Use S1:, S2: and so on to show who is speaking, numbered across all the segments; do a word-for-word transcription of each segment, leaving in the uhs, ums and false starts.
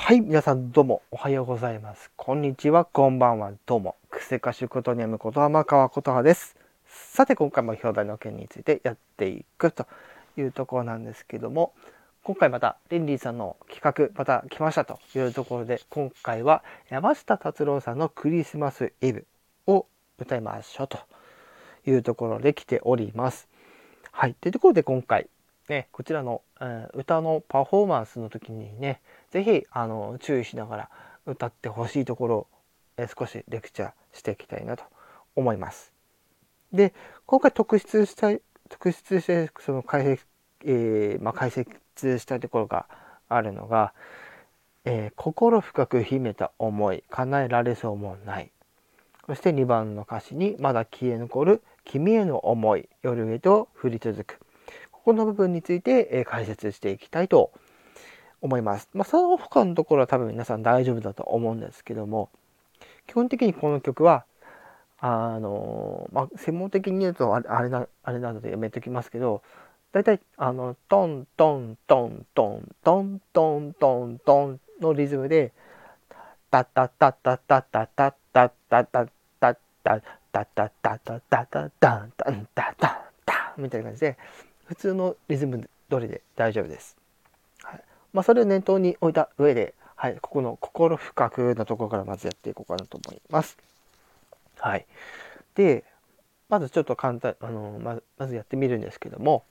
S1: はい、皆さんどうもおはようございます。こんにちは、こんばんは、どうも。クセ歌手ことにゃむこと天川琴葉です。さて、今回も表題の件についてやっていくというところなんですけども、今回またリンリーさんの企画また来ましたというところで、今回は山下達郎さんのクリスマスイブを歌いましょうというところで来ております。はい、というところで今回ね、こちらの、えー歌のパフォーマンスの時にね、ぜひあの注意しながら歌ってほしいところを、えー少しレクチャーしていきたいなと思います。で、今回特筆したい特筆してその解説、えーまあ、解説したいところがあるのが、えー心深く秘めた思い叶えられそうもない。そしてにばんの歌詞にまだ消え残る君への思い夜へと降り続く。ここの部分について、えー解説していきたいと思います。まあ、その他のところは多分皆さん大丈夫だと思うんですけども、基本的にこの曲は、あのまあ、専門的に言うとあれあれなあれなのでやめときますけど、だいたいあのトントントントントントントントンのリズムでタッタッタッタッタッタッタッタッタッタッタッタッタッタッタッタッタッタッタンタンタッタンタンみたいな感じで普通のリズム通りで大丈夫です。はい、まあ、それを念頭に置いた上で、はい、ここの心深くのところからまずやっていこうかなと思います。はい。で、まずちょっと簡単、あの、まず、まずやってみるんですけども、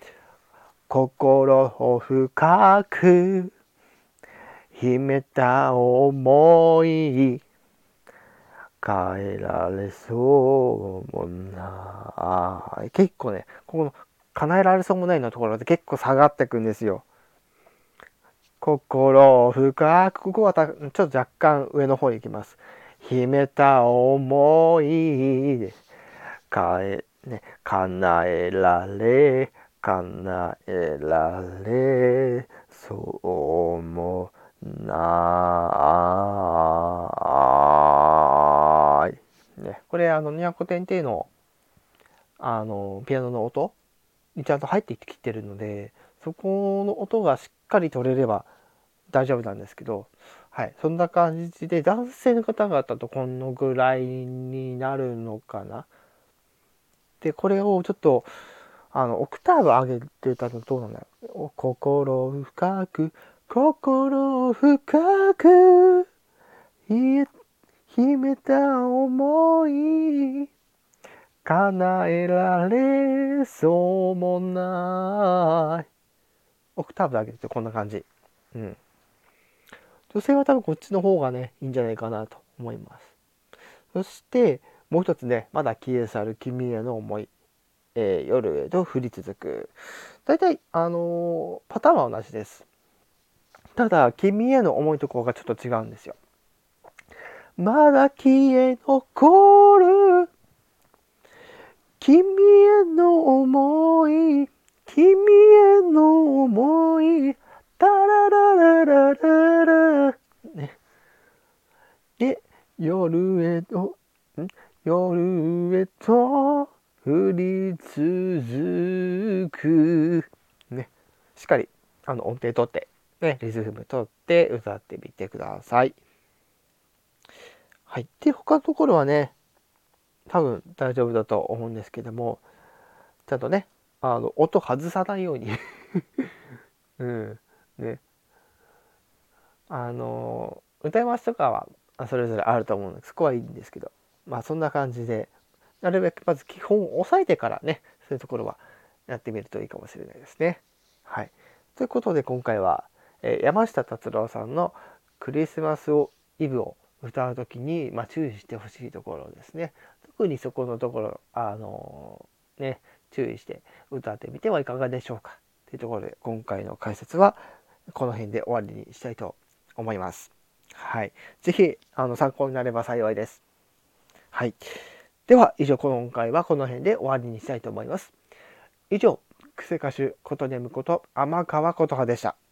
S1: 心を深く秘めた思い変えられそうもない。結構ね、ここの叶えられそうもないのところで結構下がっていくんですよ。心を深く、ここはたちょっと若干上の方に行きます。秘めた思いで、かえ、ね、叶えられ、叶えられ、そうもない。ね、これ、あの、にひゃくてんていの、あの、ピアノの音にちゃんと入ってきてるので、そこの音がしっかり取れれば大丈夫なんですけど、はい、そんな感じで男性の方々とこのぐらいになるのかな。で、これをちょっと、あの、オクターブ上げてたのどうなんだろう。心深く、心深く、秘めた思い、叶えられそうもない。オクターブ上げてこんな感じ。うん。女性は多分こっちの方がね、いいんじゃないかなと思います。そして、もう一つね、まだ消え去る君への思い、えー、夜へと降り続く。大体、あのーパターンは同じです。ただ、君への思いところがちょっと違うんですよ。まだ消え残る君への思い、君への思い、タララララララ、ね、で、夜へと、ん夜へと降り続く。ね。しっかり、あの、音程取って、ね、リズム取って歌ってみてください。はい。で、他のところはね、多分大丈夫だと思うんですけども、ちゃんとね、あの、音外さないようにうん。ね。あの、歌い回しとかはそれぞれあると思うので、そこはいいんですけど、まあそんな感じで、なるべくまず基本を押さえてからね、そういうところはやってみるといいかもしれないですね。はい。ということで今回は、えー山下達郎さんのクリスマスイブを歌うときに、まあ、注意してほしいところですね。特にそこのところ、あのーね、注意して歌ってみてはいかがでしょうか。というところで今回の解説はこの辺で終わりにしたいと思います。はい。ぜひ、あの、参考になれば幸いです。はい。では、以上、今回はこの辺で終わりにしたいと思います。以上、クセ歌手ことねむこと天川琴葉でした。